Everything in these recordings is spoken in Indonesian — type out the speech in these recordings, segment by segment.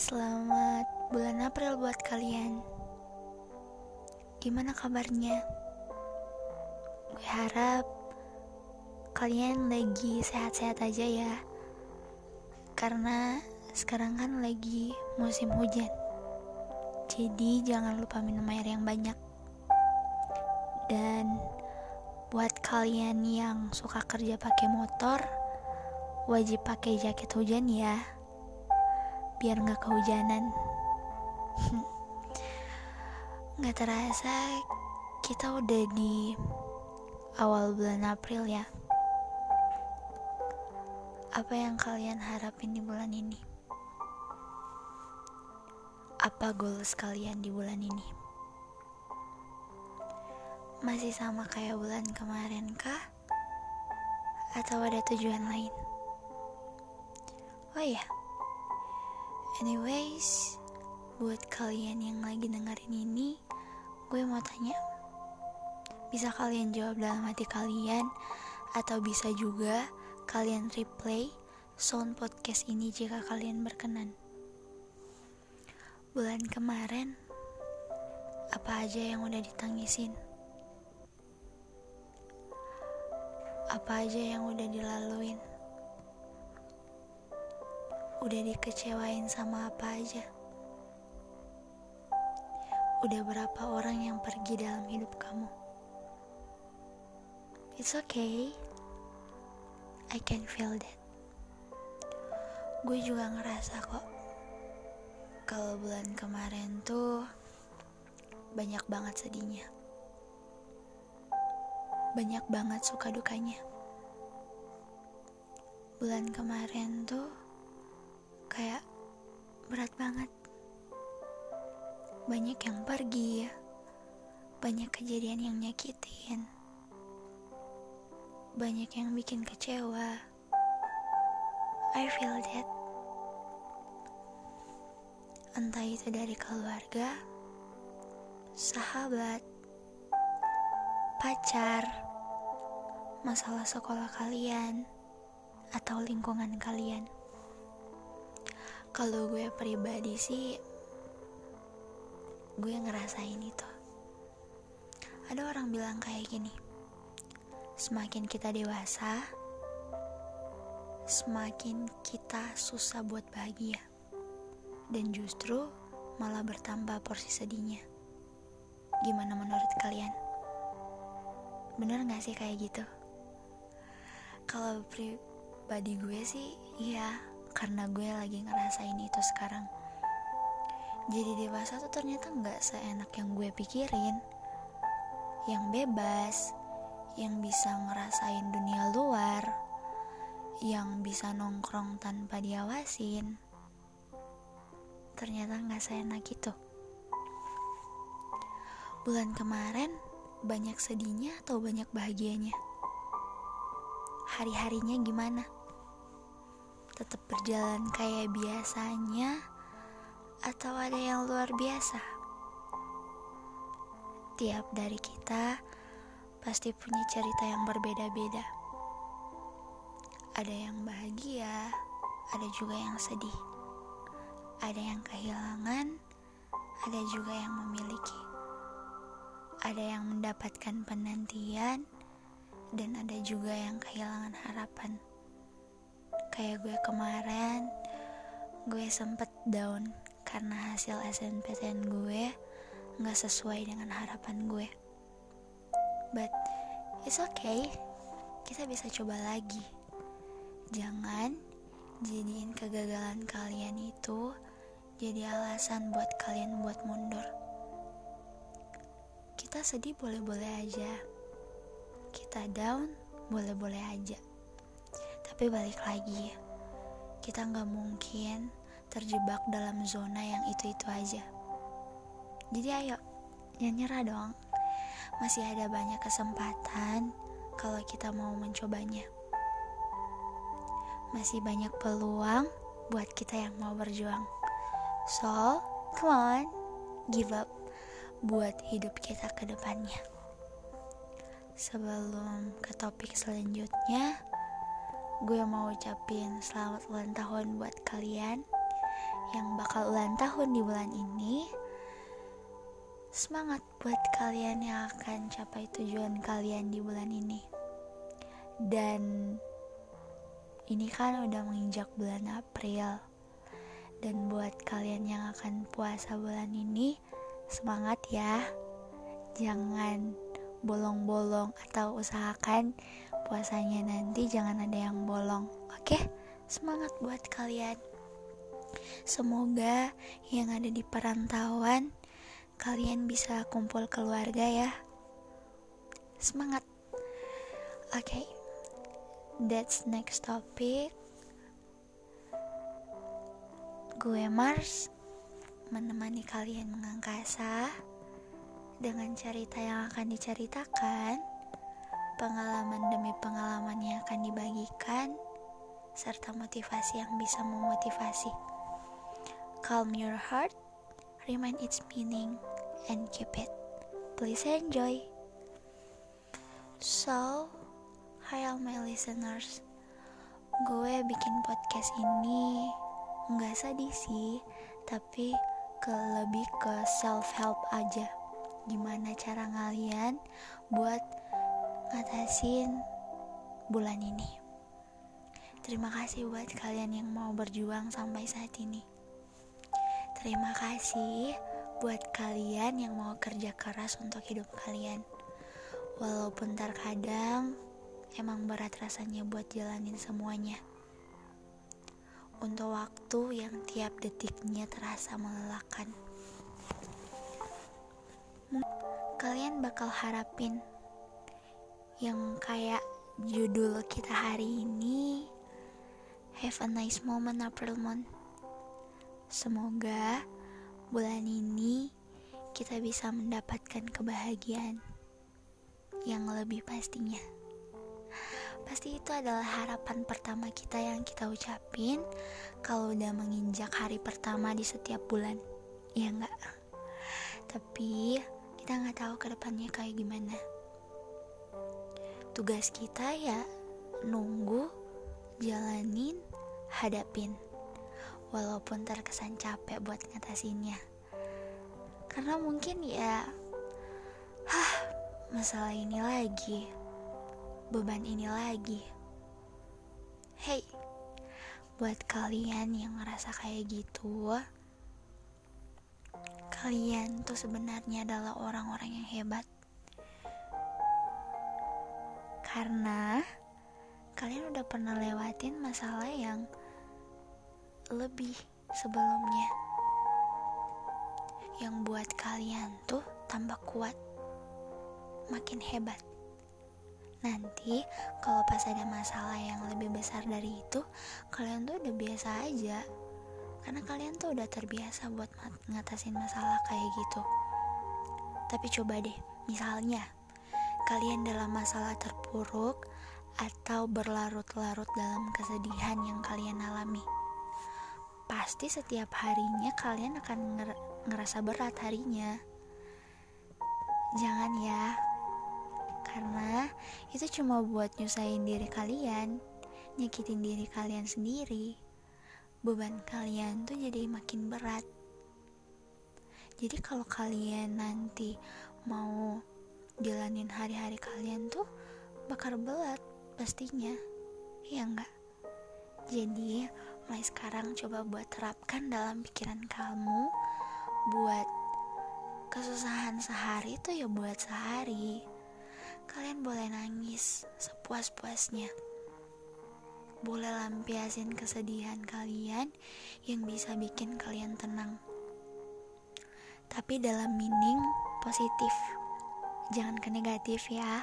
Selamat bulan April buat kalian. Gimana kabarnya? Gue harap kalian lagi sehat-sehat aja ya. Karena sekarang kan lagi musim hujan. Jadi jangan lupa minum air yang banyak. Dan buat kalian yang suka kerja pakai motor, wajib pakai jaket hujan ya, biar gak kehujanan. Gak terasa kita udah di awal bulan April ya. Apa yang kalian harapin di bulan ini? Apa goals kalian di bulan ini? Masih sama kayak bulan kemarin kah? Atau ada tujuan lain? Oh iya, anyways, buat kalian yang lagi dengerin ini, gue mau tanya. Bisa kalian jawab dalam hati kalian, atau bisa juga kalian replay sound podcast ini jika kalian berkenan. Bulan kemarin, apa aja yang udah ditangisin? Apa aja yang udah dilaluin? Udah dikecewain sama apa aja? Udah berapa orang yang pergi dalam hidup kamu? It's okay, I can feel that. Gue juga ngerasa kok, kalau bulan kemarin tuh banyak banget sedihnya, banyak banget suka dukanya. Bulan kemarin tuh kayak berat banget. Banyak yang pergi ya, banyak kejadian yang nyakitin, banyak yang bikin kecewa. I feel that. Entah itu dari keluarga, sahabat, pacar, masalah sekolah kalian, atau lingkungan kalian. Kalau gue pribadi sih, gue ngerasain itu. Ada orang bilang kayak gini, semakin kita dewasa, semakin kita susah buat bahagia, dan justru malah bertambah porsi sedihnya. Gimana menurut kalian? Bener gak sih kayak gitu? Kalau pribadi gue sih iya, karena gue lagi ngerasain itu sekarang. Jadi dewasa tuh ternyata gak seenak yang gue pikirin. Yang bebas, yang bisa ngerasain dunia luar, yang bisa nongkrong tanpa diawasin, ternyata gak seenak itu. Bulan kemarin banyak sedihnya atau banyak bahagianya? Hari-harinya gimana? Tetap berjalan kayak biasanya atau ada yang luar biasa? Tiap dari kita pasti punya cerita yang berbeda-beda. Ada yang bahagia, ada juga yang sedih. Ada yang kehilangan, ada juga yang memiliki. Ada yang mendapatkan penantian, dan ada juga yang kehilangan harapan. Kayak gue kemarin, gue sempet down karena hasil SNMPTN gue gak sesuai dengan harapan gue. But it's okay, kita bisa coba lagi. Jangan jadiin kegagalan kalian itu jadi alasan buat kalian buat mundur. Kita sedih boleh-boleh aja, kita down boleh-boleh aja. Tapi balik lagi, kita gak mungkin terjebak dalam zona yang itu-itu aja. Jadi ayo, jangan nyerah dong. Masih ada banyak kesempatan kalau kita mau mencobanya. Masih banyak peluang buat kita yang mau berjuang. So, come on, give up buat hidup kita ke depannya. Sebelum ke topik selanjutnya, gue mau ucapin selamat ulang tahun buat kalian yang bakal ulang tahun di bulan ini. Semangat buat kalian yang akan capai tujuan kalian di bulan ini. Dan ini kan udah menginjak bulan April. Dan buat kalian yang akan puasa bulan ini, semangat ya. Jangan bolong-bolong, atau usahakan puasanya nanti jangan ada yang bolong. Oke? Semangat buat kalian. Semoga yang ada di perantauan kalian bisa kumpul keluarga ya. Semangat. Oke. That's next topic. Gue Mars menemani kalian mengangkasa dengan cerita yang akan diceritakan, pengalaman demi pengalaman yang akan dibagikan, serta motivasi yang bisa memotivasi. Calm your heart, remind its meaning, and keep it. Please enjoy. So, hi all my listeners. Gue bikin podcast ini nggak sedih sih, tapi lebih ke self-help aja. Gimana cara kalian buat ngatasin bulan ini. Terima kasih buat kalian yang mau berjuang sampai saat ini. Terima kasih buat kalian yang mau kerja keras untuk hidup kalian. Walaupun terkadang emang berat rasanya buat jalanin semuanya. Untuk waktu yang tiap detiknya terasa melelahkan. Kalian bakal harapin yang kayak judul kita hari ini, Have a nice moment April month. Semoga bulan ini kita bisa mendapatkan kebahagiaan yang lebih pastinya. Pasti itu adalah harapan pertama kita yang kita ucapin kalau udah menginjak hari pertama di setiap bulan. Iya enggak? Tapi kita gak tahu ke depannya kayak gimana. Tugas kita ya nunggu, jalanin, hadapin. Walaupun terkesan capek buat ngatasinnya. Karena mungkin ya masalah ini lagi, beban ini lagi. Hey, buat kalian yang ngerasa kayak gitu, kalian tuh sebenarnya adalah orang-orang yang hebat. Karena kalian udah pernah lewatin masalah yang lebih sebelumnya, yang buat kalian tuh tambah kuat, makin hebat. Nanti kalau pas ada masalah yang lebih besar dari itu, kalian tuh udah biasa aja, karena kalian tuh udah terbiasa buat ngatasin masalah kayak gitu. Tapi coba deh, misalnya kalian dalam masalah terpuruk atau berlarut-larut dalam kesedihan yang kalian alami, pasti setiap harinya kalian akan ngerasa berat harinya. Jangan ya, karena itu cuma buat nyusahin diri kalian, nyakitin diri kalian sendiri. Beban kalian tuh jadi makin berat. Jadi kalau kalian nanti mau jalanin hari-hari kalian tuh bakal berat pastinya, iya enggak? Jadi mulai sekarang coba buat terapkan dalam pikiran kamu, buat kesusahan sehari itu ya buat sehari. Kalian boleh nangis sepuas-puasnya, boleh lampiasin kesedihan kalian yang bisa bikin kalian tenang, tapi dalam meaning positif, jangan ke negatif ya.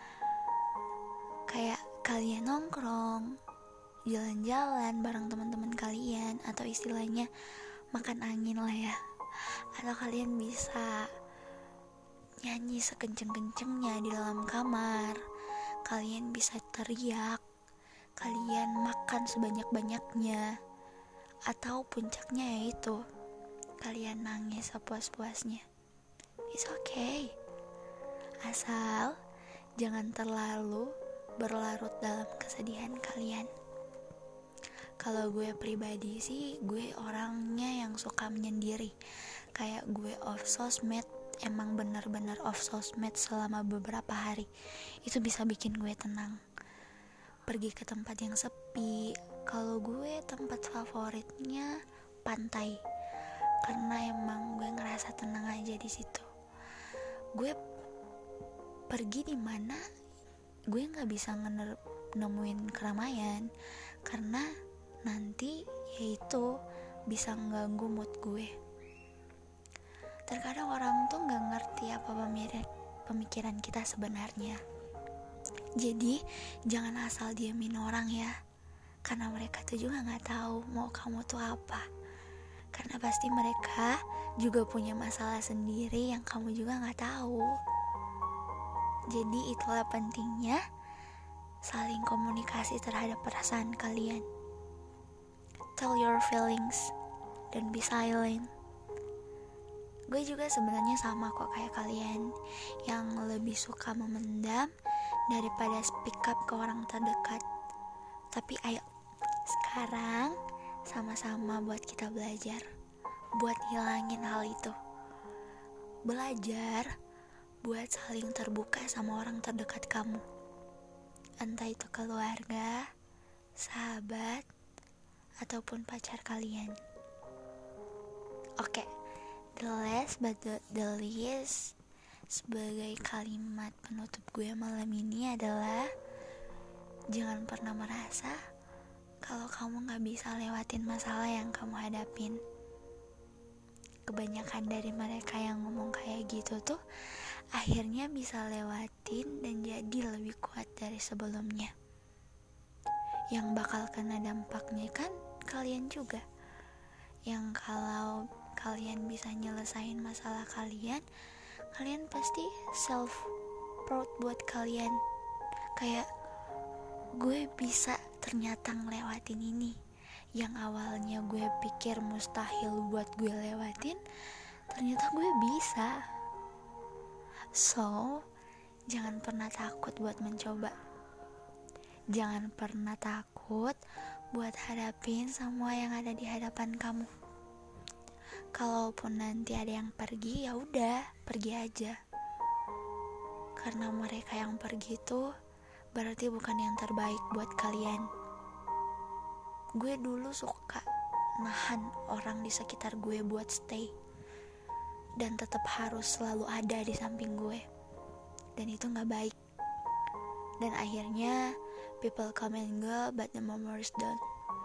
Kayak kalian nongkrong, jalan-jalan bareng teman-teman kalian, atau istilahnya makan angin lah ya. Atau kalian bisa nyanyi sekenceng-kencengnya di dalam kamar. Kalian bisa teriak. Kalian makan sebanyak-banyaknya. Atau puncaknya yaitu kalian nangis sepuas-puasnya. It's okay. Asal jangan terlalu berlarut dalam kesedihan kalian. Kalau gue pribadi sih, gue orangnya yang suka menyendiri. Kayak gue off sosmed, emang benar-benar off sosmed selama beberapa hari. Itu bisa bikin gue tenang. Pergi ke tempat yang sepi. Kalau gue tempat favoritnya pantai. Karena emang gue ngerasa tenang aja di situ. Gue pergi di mana gue nggak bisa nemuin keramaian, karena nanti yaitu bisa mengganggu mood gue. Terkadang orang tuh nggak ngerti apa pemikiran kita sebenarnya. Jadi jangan asal diamin orang ya, karena mereka tuh juga nggak tahu mau kamu tuh apa. Karena pasti mereka juga punya masalah sendiri yang kamu juga nggak tahu. Jadi itulah pentingnya saling komunikasi terhadap perasaan kalian. Tell your feelings, don't be silent. Gue juga sebenarnya sama kok kayak kalian, yang lebih suka memendam daripada speak up ke orang terdekat. Tapi ayo, sekarang sama-sama buat kita belajar, buat hilangin hal itu. Belajar buat saling terbuka sama orang terdekat kamu. Entah itu keluarga, sahabat, ataupun pacar kalian. Oke, the last but the least, sebagai kalimat penutup gue malam ini adalah jangan pernah merasa kalau kamu gak bisa lewatin masalah yang kamu hadapin. Kebanyakan dari mereka yang ngomong kayak gitu tuh akhirnya bisa lewatin dan jadi lebih kuat dari sebelumnya. Yang bakal kena dampaknya kan kalian juga. Yang kalau kalian bisa nyelesain masalah kalian pasti self proud buat kalian. Kayak gue bisa ternyata ngelewatin ini. Yang awalnya gue pikir mustahil buat gue lewatin, ternyata gue bisa. So, jangan pernah takut buat mencoba. Jangan pernah takut buat hadapin semua yang ada di hadapan kamu. Kalaupun nanti ada yang pergi, ya udah, pergi aja. Karena mereka yang pergi tuh berarti bukan yang terbaik buat kalian. Gue dulu suka nahan orang di sekitar gue buat stay dan tetap harus selalu ada di samping gue, dan itu gak baik. Dan akhirnya people come and go, but the memories don't.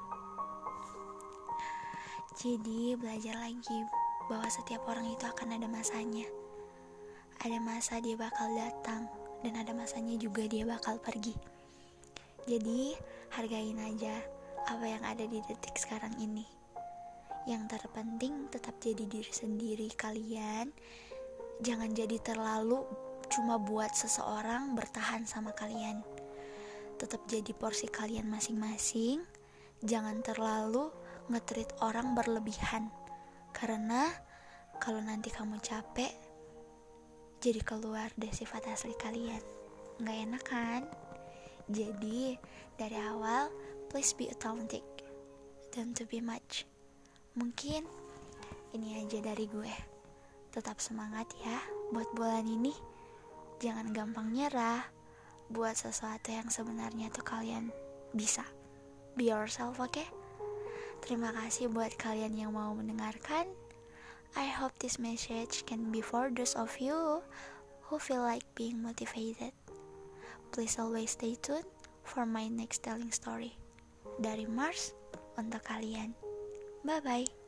Jadi belajar lagi bahwa setiap orang itu akan ada masanya. Ada masa dia bakal datang, dan ada masanya juga dia bakal pergi. Jadi hargain aja apa yang ada di detik sekarang ini. Yang terpenting tetap jadi diri sendiri kalian. Jangan jadi terlalu cuma buat seseorang bertahan sama kalian. Tetap jadi porsi kalian masing-masing. Jangan terlalu nge-treat orang berlebihan. Karena kalau nanti kamu capek, jadi keluar dari sifat asli kalian. Gak enak kan? Jadi dari awal, please be authentic, don't to be much. Mungkin ini aja dari gue. Tetap semangat ya buat bulan ini. Jangan gampang nyerah buat sesuatu yang sebenarnya tuh kalian bisa. Be yourself, oke? Terima kasih buat kalian yang mau mendengarkan. I hope this message can be for those of you who feel like being motivated. Please always stay tuned for my next telling story. Dari Mars untuk kalian. Bye-bye.